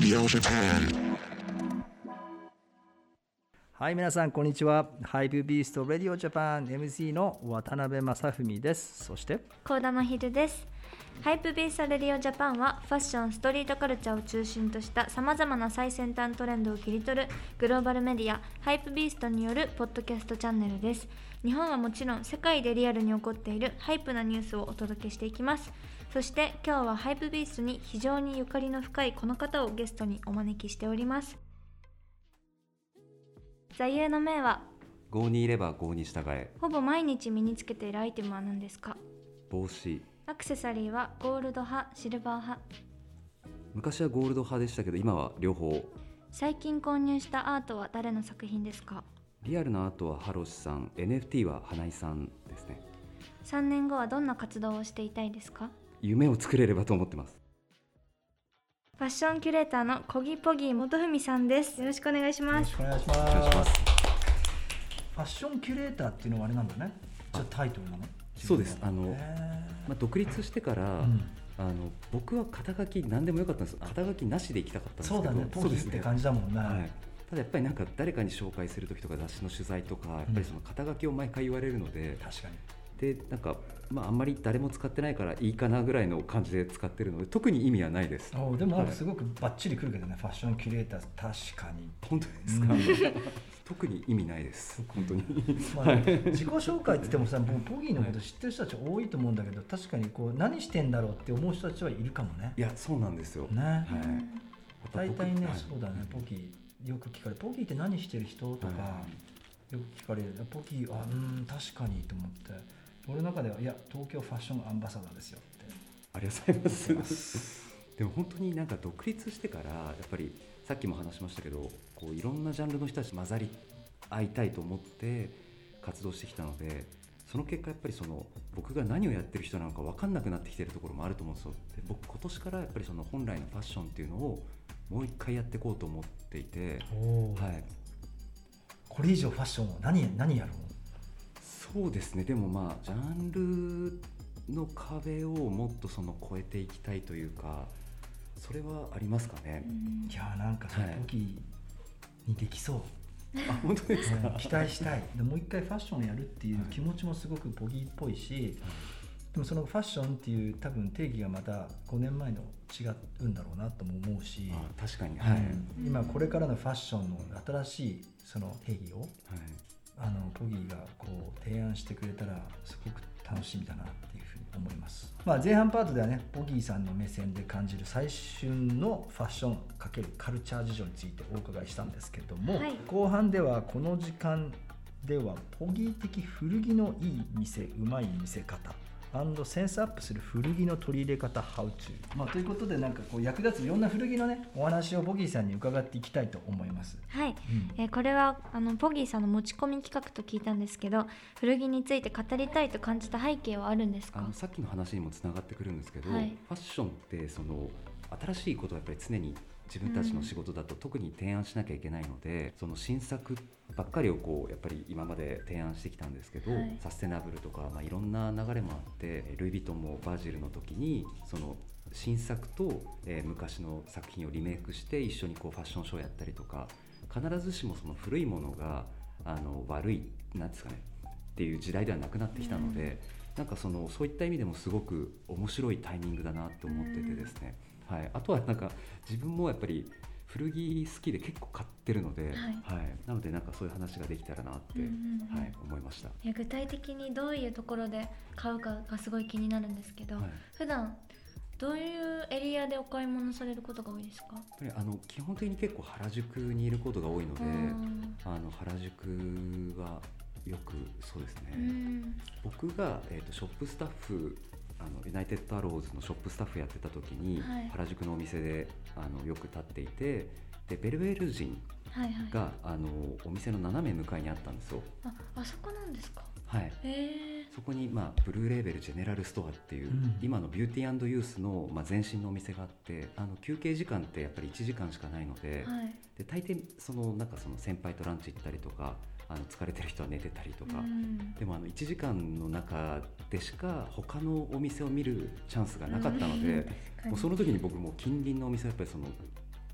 Radio Japan. はい、皆さんこんにちは。ハイプビーストラディオジャパン MC の渡辺正文です。そして幸田真昼です。ハイプビーストラディオジャパンはファッション、ストリートカルチャーを中心としたさまざまな最先端トレンドを切り取るグローバルメディアハイプビーストによるポッドキャストチャンネルです。日本はもちろん世界でリアルに起こっているハイプなニュースをお届けしていきます。そして今日はハイプビーストに非常にゆかりの深いこの方をゲストにお招きしております。座右の銘は郷にいれば郷に従え。 ほぼ毎日身につけているアイテムは何ですか？ 帽子。 アクセサリーはゴールド派、シルバー派。 昔はゴールド派でしたけど今は両方。 最近購入したアートは誰の作品ですか？ リアルなアートはハロシさん、 NFT は花井さんですね。 3年後はどんな活動をしていたいですか？ 夢を作れればと思ってます。 ファッションキュレーターのコギポギ元文さんです。よろしくお願いします。 よろしくお願いします。 お願いします。 ファッションキュレーターっていうのはあれなんだね。じゃあタイトルなの？ そうです。独立してから、僕は肩書き何でもよかったんです。肩書きなしで行きたかったんですけど。 そうだね、ポギって感じだもんね。 はい、ただやっぱりなんか誰かに紹介する時とか雑誌の取材とか、やっぱりその肩書きを毎回言われるので、 確かに。 でなんか、あんまり誰も使ってないからいいかなぐらいの感じで使ってるので特に意味はないです。 でもなんかすごくバッチリくるけどね、ファッションキュレーター確かに。 本当ですか？特に意味ないです本当に。 自己紹介って言ってもさ、もうポギーのこと知ってる人たち多いと思うんだけど、確かにこう何してんだろうって思う人たちはいるかもね。 いやそうなんですよね。 はい、 大体ね、そうだね、ポギーよく聞かれる。ポギーって何してる人とか、よく聞かれる。ポギー確かにと思って、俺の中ではいや東京ファッションアンバサダーですよって。 ありがとうございます。でも本当になんか独立してからやっぱりさっきも話しましたけど、こういろんなジャンルの人たち混ざり合いたいと思って活動してきたので、その結果やっぱりその僕が何をやってる人なのか分かんなくなってきてるところもあると思うんですよ。で僕今年からやっぱりその本来のファッションっていうのをもう一回やっていこうと思っていて、はい、 これ以上ファッションを何やるの？ そうですね。でもジャンルの壁をもっとその超えていきたいというか、それはありますかね。 いやなんかその時にできそう。 本当ですか？ 期待したい。でもう一回ファッションをやるっていう気持ちもすごくポギーっぽいし、でもそのファッションっていう多分定義がまた5年前の違うんだろうなとも思うし、 確かに、 今これからのファッションの新しいその定義を、ポギーがこう提案してくれたらすごく楽しみだなっていうふうに思います。前半パートではね、ポギーさんの目線で感じる最旬のファッション×カルチャー事情についてお伺いしたんですけれども、後半ではこの時間ではポギー的古着のいい店、うまい見せ方センスアップする古着の取り入れ方 How to、ということでなんかこう役立ついろんな古着のねお話をポギーさんに伺っていきたいと思います。 はい、これはポギーさんの持ち込み企画と聞いたんですけど、古着について語りたいと感じた背景はあるんですか？ さっきの話にもつながってくるんですけど、ファッションってその新しいことをやっぱり常に自分たちの仕事だと特に提案しなきゃいけないので、その新作ばっかりをこうやっぱり今まで提案してきたんですけど、サステナブルとか、いろんな流れもあって、ルイ・ヴィトンもバージルの時にその新作と、昔の作品をリメイクして一緒にこうファッションショーやったりとか、必ずしもその古いものが悪いなんですかねっていう時代ではなくなってきたので、なんかそういった意味でもすごく面白いタイミングだなと思っててですね、あとはなんか自分もやっぱり古着好きで結構買ってるので、なのでなんかそういう話ができたらなって、思いました。 具体的にどういうところで買うかがすごい気になるんですけど、普段どういうエリアでお買い物されることが多いですか？ やっぱり基本的に結構原宿にいることが多いので、原宿はよくそうですね。僕が、ショップスタッフユナイテッドアローズのショップスタッフやってた時に、原宿のお店でよく立っていて、でベルベール人が、お店の斜め向かいにあったんですよ。 あそこなんですか？ そこに、ブルーレーベルジェネラルストアっていう、今のビューティー&ユースの、前身のお店があって、休憩時間ってやっぱり1時間しかないので、で大抵なんかその先輩とランチ行ったりとか、疲れてる人は寝てたりとか、でも1時間の中でしか他のお店を見るチャンスがなかったので、もうその時に僕も近隣のお店をやっぱり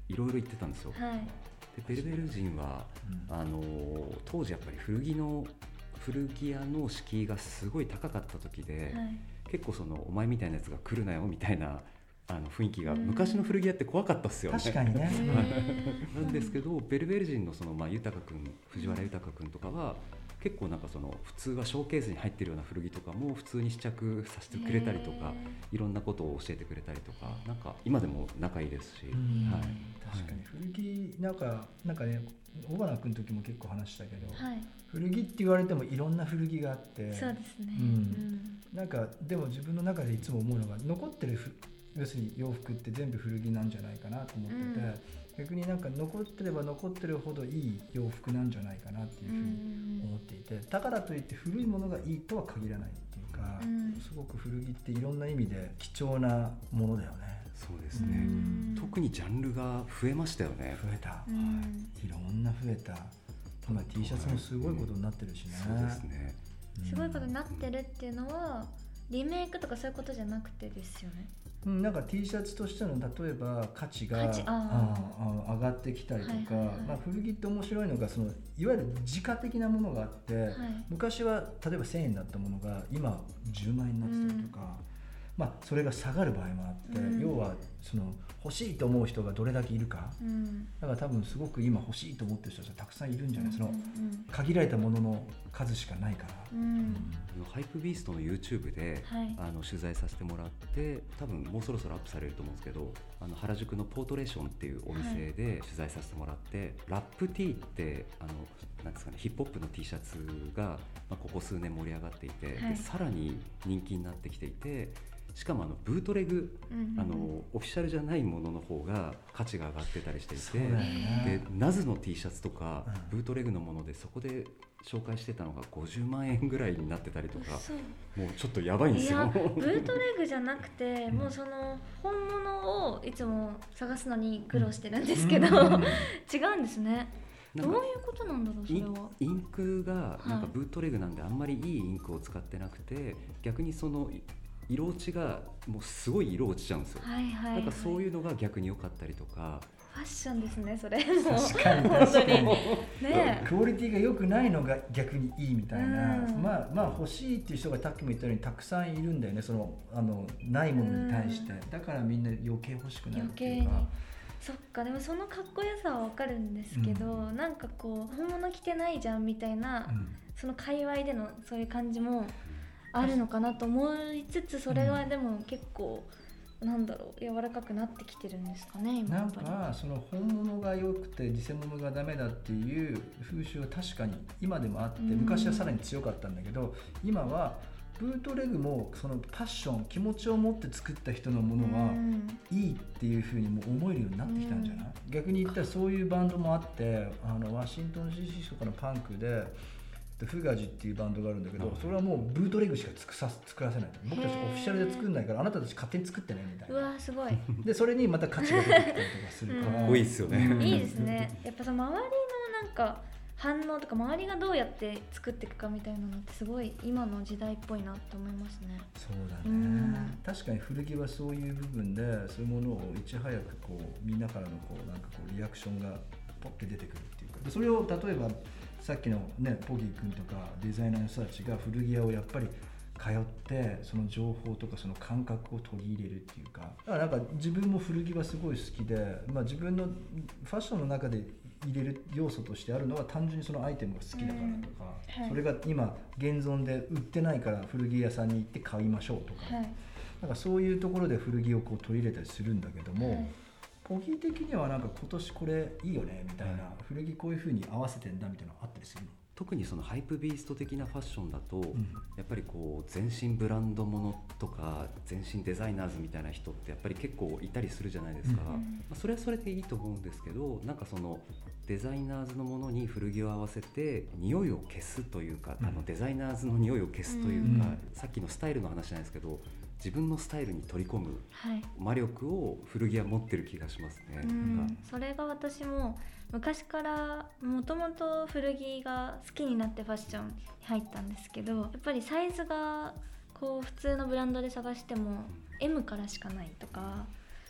いろいろ言ってたんですよ、 はい、 でベルベル人は、当時やっぱり古着屋の敷居がすごい高かった時で、はい、結構そのお前みたいなやつが来るなよみたいな雰囲気が、昔の古着屋って怖かったっすよね。 確かにねなんですけどベルベル人のその、豊君、藤原豊君とかは結構なんかその普通はショーケースに入ってるような古着とかも普通に試着させてくれたりとか、いろんなことを教えてくれたりとか、なんか今でも仲いいですし、はい、 確かに古着なんかね、小花君の時も結構話したけど、 はい、 古着って言われてもいろんな古着があって、 そうですね、 なんかでも自分の中でいつも思うのが、残ってる要するに洋服って全部古着なんじゃないかなと思ってて、逆になんか残ってれば残ってるほどいい洋服なんじゃないかなっていうふうに思っていて、だからといって古いものがいいとは限らないっていうか、すごく古着っていろんな意味で貴重なものだよね。 そうですね、特にジャンルが増えましたよね。 増えた、いろんな増えた。今 T シャツもすごいことになってるしね。 そうですね、 すごいことになってるっていうのはリメイクとかそういうことじゃなくてですよね。 なんか T シャツとしての例えば価値が上がってきたりとか、古着って面白いのが、そのいわゆる時価的なものがあって、昔は例えば1000円だったものが今10万円になってたりとか、それが下がる場合もあって、要はその欲しいと思う人がどれだけいるか、だから多分すごく今欲しいと思ってる人たちがたくさんいるんじゃない、その限られたものの数しかないから、 ハイプビーストの YouTube で、取材させてもらって、多分もうそろそろアップされると思うんですけど、原宿のポートレーションっていうお店で取材させてもらって、ラップ T ってなんですかね、ヒップホップの T シャツが、ここ数年盛り上がっていて、でさらに人気になってきていて、しかもブートレグ、オフィシャルじゃないものの方が価値が上がってたりしていて、でナズの T シャツとか、ブートレグのものでそこで紹介してたのが50万円ぐらいになってたりとか、もうちょっとやばいんですよ。 ブートレグじゃなくて、もうその本物をいつも探すのに苦労してるんですけど、違うんですね。どういうことなんだろう、それは。 インクがなんかブートレグなんで、あんまりいいインクを使ってなくて、逆にその色落ちがもうすごい色落ちちゃうんですよ。なんかそういうのが逆に良かったりとか。 ファッションですね、それ。 確かに確かにね、クオリティが良くないのが逆にいいみたいな、欲しいっていう人がさっきも言ったようにたくさんいるんだよね、そのないものに対して。だからみんな余計欲しくなるっていうか。 そっか、でもそのかっこよさはわかるんですけど、なんかこう本物着てないじゃんみたいな、その界隈でのそういう感じもあるのかなと思いつつ、それはでも結構なんだろう、柔らかくなってきてるんですかね、今。 なんかその本物が良くて偽物がダメだっていう風習は確かに今でもあって、昔はさらに強かったんだけど、今はブートレグもそのパッション、気持ちを持って作った人のものはいいっていう風にも思えるようになってきたんじゃない？逆に言ったらそういうバンドもあって、ワシントン DC とかのパンクでフガジっていうバンドがあるんだけど、それはもうブートレグしか作らせないと、僕たちオフィシャルで作んないから、あなたたち勝手に作ってねみたいな。 うわすごい。 でそれにまた価値が出てきたりとかするから、 かっこいいですよね。 いいですね。やっぱその周りのなんか反応とか、周りがどうやって作っていくかみたいなのってすごい今の時代っぽいなと思いますね。 そうだね、確かに古着はそういう部分で、そういうものをいち早くこうみんなからのなんかリアクションがポッて出てくるっていうか、でそれを例えばさっきのねポギー君とかデザイナーの人たちが古着屋をやっぱり通ってその情報とかその感覚を取り入れるっていうか、だからなんか自分も古着はすごい好きで、自分のファッションの中で入れる要素としてあるのは単純にそのアイテムが好きだからとか、それが今現存で売ってないから古着屋さんに行って買いましょうとか、なんかそういうところで古着をこう取り入れたりするんだけども、ポギー的にはなんか今年これいいよねみたいな、古着こういう風に合わせてんだみたいなのあったりするの？ 特にそのハイプビースト的なファッションだと、やっぱりこう全身ブランドものとか全身デザイナーズみたいな人ってやっぱり結構いたりするじゃないですか、それはそれでいいと思うんですけど、なんかそのデザイナーズのものに古着を合わせて匂いを消すというか、デザイナーズの匂いを消すというか、さっきのスタイルの話じゃないですけど、自分のスタイルに取り込む魔力を古着は持ってる気がしますね。 それが私も昔からもともと古着が好きになってファッションに入ったんですけど、やっぱりサイズがこう普通のブランドで探しても M からしかないとか、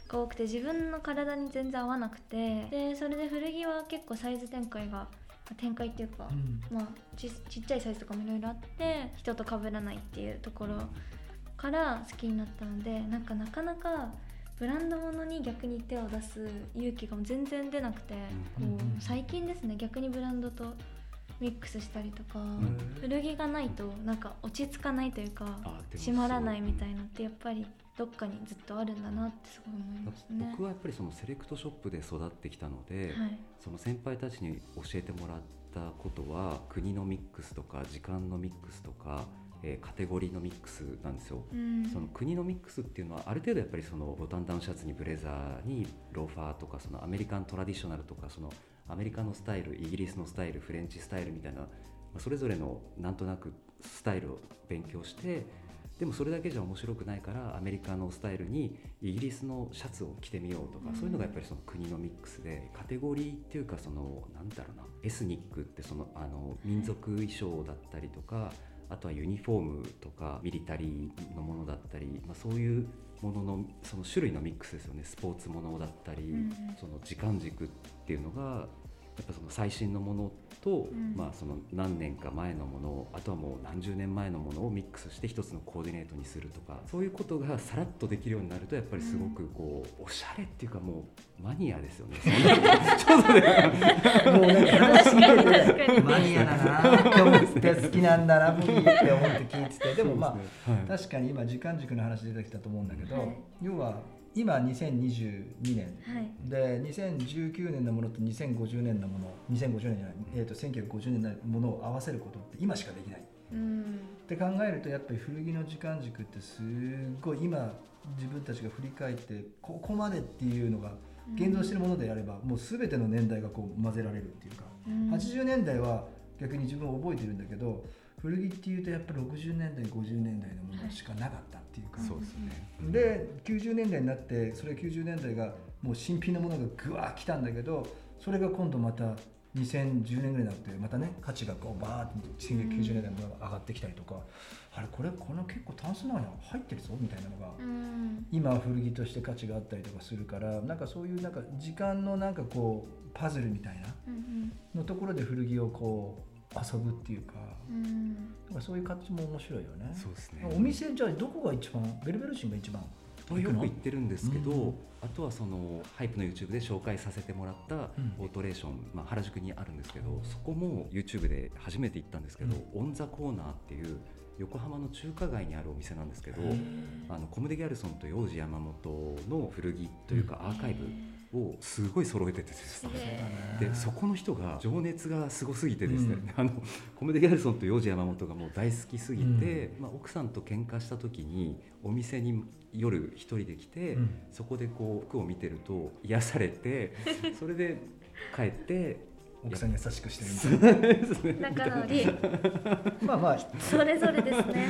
が多くて自分の体に全然合わなくて、でそれで古着は結構サイズ展開っていうか、まあ、ちっちゃいサイズとかもいろいろあって人と被らないっていうところから好きになったので、なかなかブランド物に逆に手を出す勇気が全然出なくて、こう最近ですね、逆にブランドとミックスしたりとか、古着がないとなんか落ち着かないというか締まらないみたいなってやっぱりどっかにずっとあるんだなってすごい思いますね。 僕はやっぱりそのセレクトショップで育ってきたので、はい、その先輩たちに教えてもらったことは国のミックスとか時間のミックスとか、カテゴリーのミックスなんですよ、その国のミックスっていうのはある程度やっぱりそのボタンダウンシャツにブレザーにローファーとか、そのアメリカントラディショナルとか、そのアメリカのスタイル、イギリスのスタイル、フレンチスタイルみたいな、それぞれのなんとなくスタイルを勉強して、でもそれだけじゃ面白くないからアメリカのスタイルにイギリスのシャツを着てみようとか、そういうのがやっぱりその国のミックスで、カテゴリーっていうか、そのなんだろうな、エスニックってその民族衣装だったりとか、あとはユニフォームとかミリタリーのものだったり、そういうもののその種類のミックスですよね。スポーツものだったり、その時間軸っていうのがやっぱその最新のものと、その何年か前のもの、あとはもう何十年前のものをミックスして一つのコーディネートにするとか、そういうことがさらっとできるようになると、やっぱりすごくこうおしゃれっていうか、もうマニアですよね。ちょっとね、 もうなんか話聞いててマニアだなって思って好きなんだなブギーって思って聞いてて、でもまあ、はい、確かに今時間軸の話出てきたと思うんだけど、要は今2022年、はい、で2019年のものと2050年のもの、2050年じゃない、1950年のものを合わせることって今しかできない、って考えると、やっぱり古着の時間軸ってすごい今自分たちが振り返ってここまでっていうのが現存しているものであれば、もう全ての年代がこう混ぜられるっていうか、80年代は逆に自分は覚えてるんだけど、古着っていうとやっぱり60年代50年代のものしかなかったっていうか、 そうですね。 で90年代になって、それ90年代がもう新品のものがぐわー来たんだけど、それが今度また2010年ぐらいになってまたね、価値がこうバーって1990年代のものが上がってきたりとか、あれこの結構タンスの中に入ってるぞみたいなのが、今は古着として価値があったりとかするから、なんかそういうなんか時間のなんかこうパズルみたいなのところで古着をこう遊ぶっていうか、なんかそういう感じも面白いよね。 そうですね。 お店じゃあどこが一番、ベルベルシンが一番よく行ってるんですけど、あとはそのハイプの YouTube で紹介させてもらったオートレーション、原宿にあるんですけど、そこも YouTube で初めて行ったんですけど、オンザコーナーっていう横浜の中華街にあるお店なんですけど、コムデ・ギャルソンと幼児山本の古着というかアーカイブをすごい揃えててですね、でそこの人が情熱がすごすぎてですね、コムデ・ギャルソンと幼児山本がもう大好きすぎて、奥さんと喧嘩した時にお店に夜一人で来て、そこでこう服を見てると癒されて、それで帰って奥さんに優しくしてるみたいな仲直りまあそれぞれですね。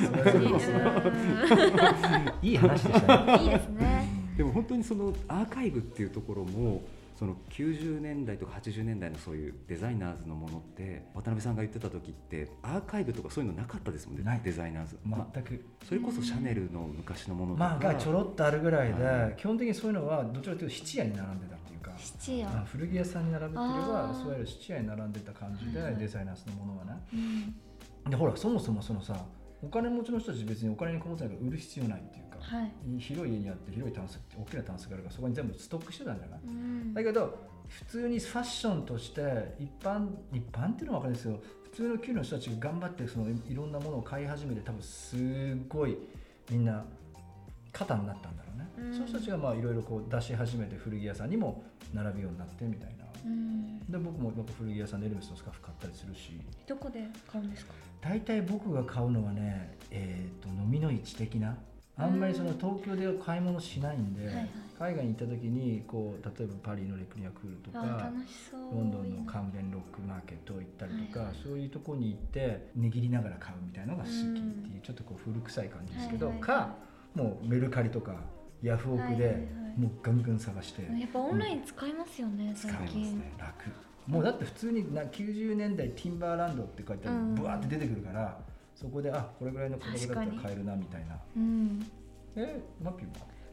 いい話でしたね。 いいですね。 でも本当にそのアーカイブっていうところも、その90年代とか80年代のそういうデザイナーズのものって、渡辺さんが言ってた時ってアーカイブとかそういうのなかったですもんね。デザイナーズ全く、 それこそシャネルの昔のものとか、 がちょろっとあるぐらいで、基本的にそういうのはどちらかというと質屋に並んでたっていうか、古着屋さんに並べてればそういう質屋に並んでた感じで、デザイナーズのものはね、でほらそもそもそのさ、お金持ちの人たち別にお金にこもってないから売る必要ないっていうか、広い家にあって広いタンス、大きなタンスがあるからそこに全部ストックしてたんじゃない、だけど普通にファッションとして一般っていうのは分かるんですけど、普通の給料の人たちが頑張ってそのいろんなものを買い始めて、多分すごいみんな肩になったんだろうね、そういう人たちがいろいろこう出し始めて、古着屋さんにも並ぶようになってみたいな、で僕も古着屋さんでエルメスのスカーフ買ったりするし。 どこで買うんですか？ 大体僕が買うのはね、飲みの市的な、あんまりその東京で買い物しないんで、海外に行った時にこう例えばパリのレクリアクールとかロンドンのカンベンロックマーケット行ったりとか、そういうとこに行って握りながら買うみたいなのが好きっていう、ちょっとこう古臭い感じですけど、もうメルカリとかヤフオクでもうガンガン探して、 やっぱオンライン使いますよね、最近。 使いますね、楽。もうだって普通に90年代ティンバーランドって書いてあるブワーって出てくるから、そこでこれぐらいの価格だったら買えるなみたいな。マッピーは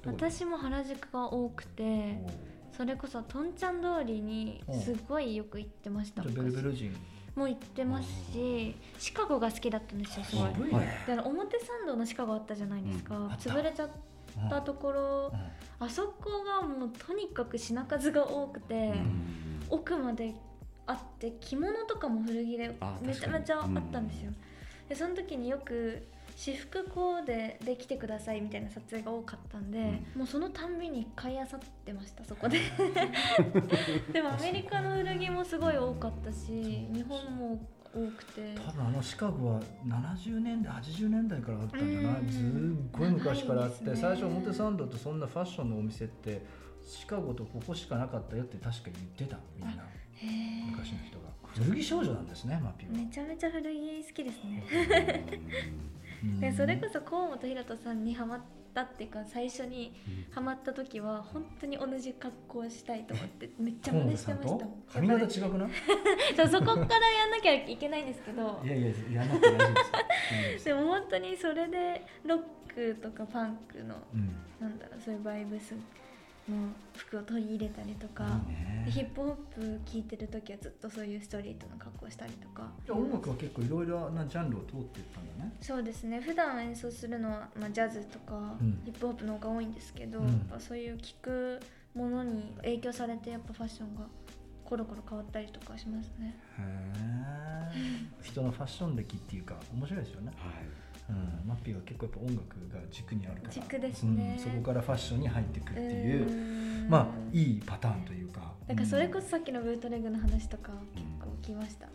私も原宿が多くて、それこそトンチャン通りにすごいよく行ってました。 ベルベル人も行ってますし、シカゴが好きだったんですよ。すごい。だから表参道のシカゴあったじゃないですか、潰れちゃったところ、あそこがもうとにかく品数が多くて、奥まであって着物とかも古着でめちゃめちゃあったんですよ。でその時によく私服コーデで来てくださいみたいな撮影が多かったんで、もうそのたんびに買い漁ってました、そこででもアメリカの古着もすごい多かったし、日本も多くて、 多分シカゴは70年代80年代からあったんじゃない？ずっごい昔からあって、ね、最初表参道とそんなファッションのお店ってシカゴとここしかなかったよって確か言ってた、みんな昔の人が。古着少女なんですね、マピーは。 めちゃめちゃ古着好きですねでそれこそ河本大翔さんにハマったっていうか、最初にハマった時は本当に同じ格好をしたいと思ってめっちゃ真似してました。 髪型違くないそこからやんなきゃいけないんですけどいややんなくて大丈夫ですでも本当にそれでロックとかパンクの、なんだろう、そういうバイブスの服を取り入れたりとか、ヒップホップ聴いてる時はずっとそういうストリートの格好したりとか。 音楽は結構いろいろなジャンルを通っていったんだね。 そうですね、普段演奏するのは、ジャズとか、ヒップホップの方が多いんですけど、そういう聴くものに影響されてやっぱファッションがコロコロ変わったりとかしますね。 人のファッション歴っていうか面白いですよね。マッピーは結構やっぱ音楽が軸にあるから、 軸ですね、 そこからファッションに入っていくっていういいパターンというか、 だからそれこそさっきのブートレグの話とか結構聞きました。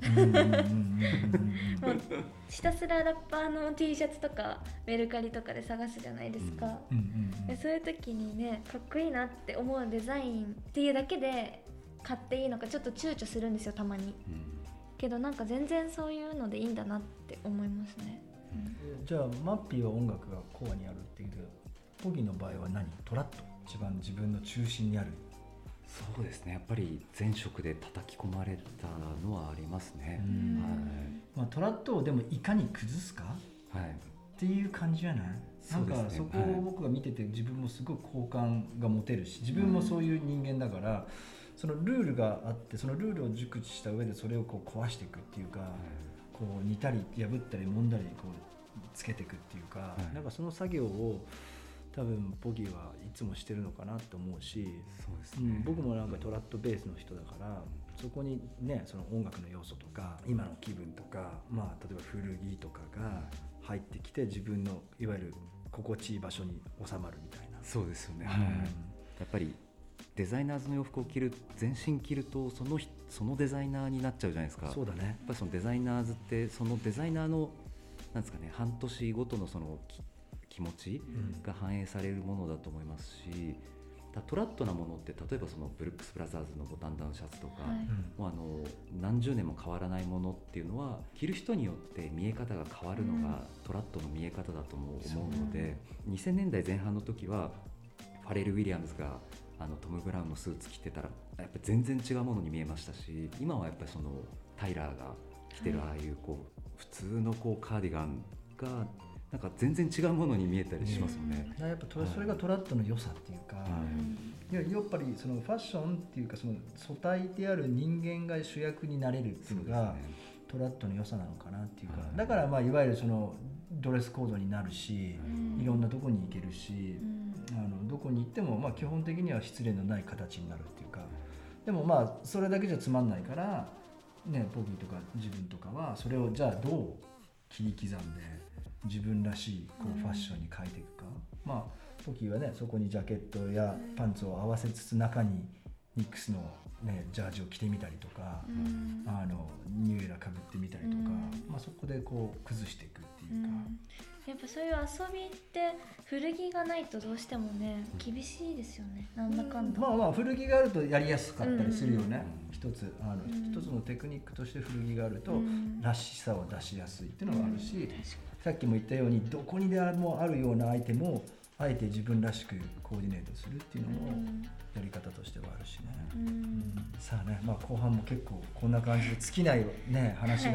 ひたすらラッパーの T シャツとかメルカリとかで探すじゃないですか。でそういう時にね、かっこいいなって思うデザインっていうだけで買っていいのかちょっと躊躇するんですよ、たまに。けどなんか全然そういうのでいいんだなって思いますね。 じゃあマッピーは音楽がコアにあるっていうけど、ポギの場合は何？トラット？一番自分の中心にある。 そうですね、やっぱり前職で叩き込まれたのはありますね。 トラットをでもいかに崩すか、っていう感じじゃない？なんかそこを僕が見てて自分もすごく好感が持てるし、自分もそういう人間だから、そのルールがあってそのルールを熟知した上でそれをこう壊していくっていうか、こう煮たり破ったり揉んだりこうつけていくっていうか、なんかその作業を多分ポギーはいつもしてるのかなと思うし、 そうですね、 僕もなんかトラットベースの人だから、そこにねその音楽の要素とか今の気分とか、例えば古着とかが入ってきて自分のいわゆる心地いい場所に収まるみたいな。 そうですよね、やっぱりデザイナーズの洋服を着る、全身着るとそのデザイナーになっちゃうじゃないですか。 そうだね。 やっぱりそのデザイナーズってそのデザイナーのなんですかね、半年ごとのその気持ちが反映されるものだと思いますし、トラットなものって例えばそのブルックス・ブラザーズのボタンダウンシャツとか、もう何十年も変わらないものっていうのは着る人によって見え方が変わるのがトラットの見え方だとも思うので、2000年代前半の時はファレル・ウィリアムズがトム・ブラウンのスーツ着てたらやっぱ全然違うものに見えましたし、今はやっぱりそのタイラーが着てるああいうこう普通のこうカーディガンがなんか全然違うものに見えたりしますよね。 やっぱそれがトラットの良さっていうか、やっぱりそのファッションっていうかその素体である人間が主役になれるっていうのがトラットの良さなのかなっていうか、だからいわゆるそのドレスコードになるし、いろんなとこに行けるし、どこに行っても基本的には失礼のない形になるっていうか、でもそれだけじゃつまんないからね、ポギーとか自分とかはそれをじゃあどう切り刻んで自分らしいこうファッションに変えていくか。ポギーはねそこにジャケットやパンツを合わせつつ中にニックスの、ジャージを着てみたりとか、ニューエラかぶってみたりとか、そこでこう崩していくっていうか、 やっぱそういう遊びって古着がないとどうしてもね厳しいですよね、なんだかんだ。 古着があるとやりやすかったりするよね。一つのテクニックとして古着があるとらしさを出しやすいっていうのがあるし、さっきも言ったようにどこにでもあるようなアイテムをあえて自分らしくコーディネートするっていうのもやり方としてはあるしね。さあね、後半も結構こんな感じで尽きないね話が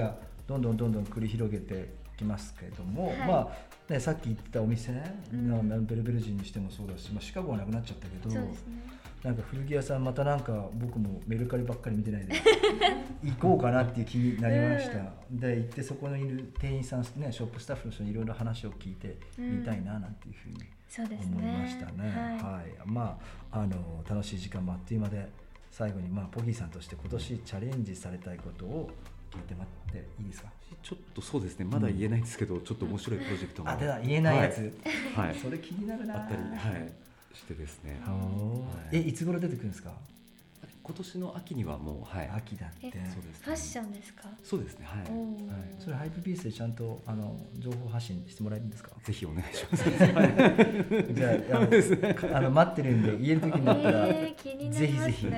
どんどん繰り広げてきますけれども、まあね、さっき言ったお店、ベルベル人にしてもそうだし、シカゴはなくなっちゃったけど、 そうですね、 なんか古着屋さんまたなんか僕もメルカリばっかり見てないで行こうかなっていう気になりました、で行ってそこにいる店員さん、ね、ショップスタッフの人にいろいろ話を聞いてみたいななんていうふうに思いましたね。まあ楽しい時間もあっという間で、最後にポギーさんとして今年チャレンジされたいことを聞いてもらっていいですか？ ちょっとそうですね、まだ言えないんですけど、ちょっと面白いプロジェクトも言えないやつ、それ気になるなあったり、してですね。 いつ頃出てくるんですか？ 今年の秋にはもう、 秋だって。そうです、 ファッションですか？ そうですね、 それハイプビースでちゃんと情報発信してもらえるんですか？ ぜひお願いします。 じゃあ待ってるんで、言える時になったら、 気になりますね。 ぜひ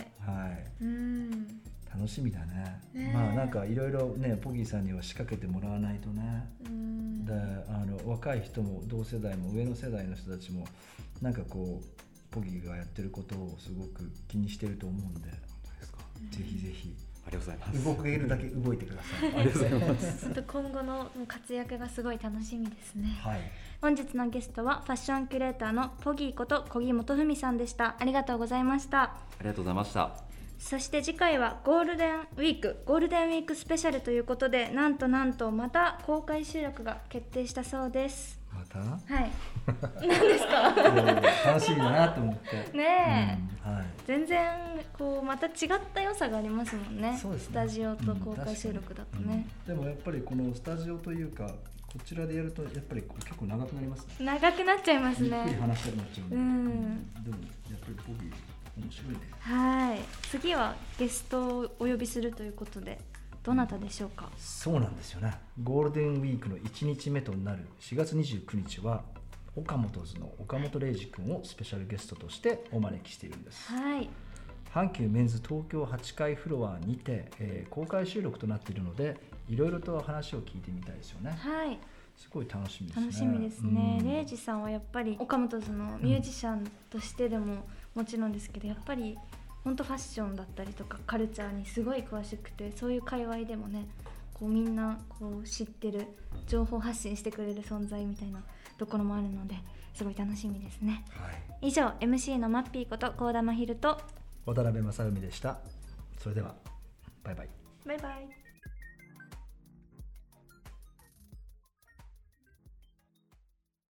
楽しみだね。なんかいろいろね、ポギーさんには仕掛けてもらわないとね。で若い人も同世代も上の世代の人たちもなんかこうポギーがやってることをすごく気にしてると思うんで、ぜひぜひありがとうございます。 動けるだけ動いてください。 ありがとうございます。 今後の活躍がすごい楽しみですね。本日のゲストはファッションキュレーターのポギーこと小木元文さんでした。ありがとうございました。 ありがとうございました。 そして次回はゴールデンウィークスペシャルということで、なんとまた公開収録が決定したそうです。 また？ 何ですか？ 楽しみだなと思ってねえ、全然こうまた違った良さがありますもんね。 そうですね、 スタジオと公開収録だとね、 でもやっぱりこのスタジオというかこちらでやるとやっぱり結構長くなりますね。 長くなっちゃいますね。 ゆっくり話したくなっちゃうんで、でもやっぱりポギー面白いね。 次はゲストをお呼びするということで、どなたでしょうか？ そうなんですよね。ゴールデンウィークの1日目となる4月29日は岡本図の岡本礼二君をスペシャルゲストとしてお招きしているんです。阪急メンズ東京8階フロアにて、公開収録となっているので、いろいろと話を聞いてみたいですよね。すごい楽しみですね。 楽しみですね。礼二さんはやっぱり岡本図のミュージシャンとしてでももちろんですけど、やっぱり本当ファッションだったりとかカルチャーにすごい詳しくて、そういう界隈でもね、こうみんなこう知ってる、情報発信してくれる存在みたいなところもあるので、すごい楽しみですね。以上 MC のマッピーこと幸田真昼と渡辺正海でした。それではバイバイ。 バイバイ。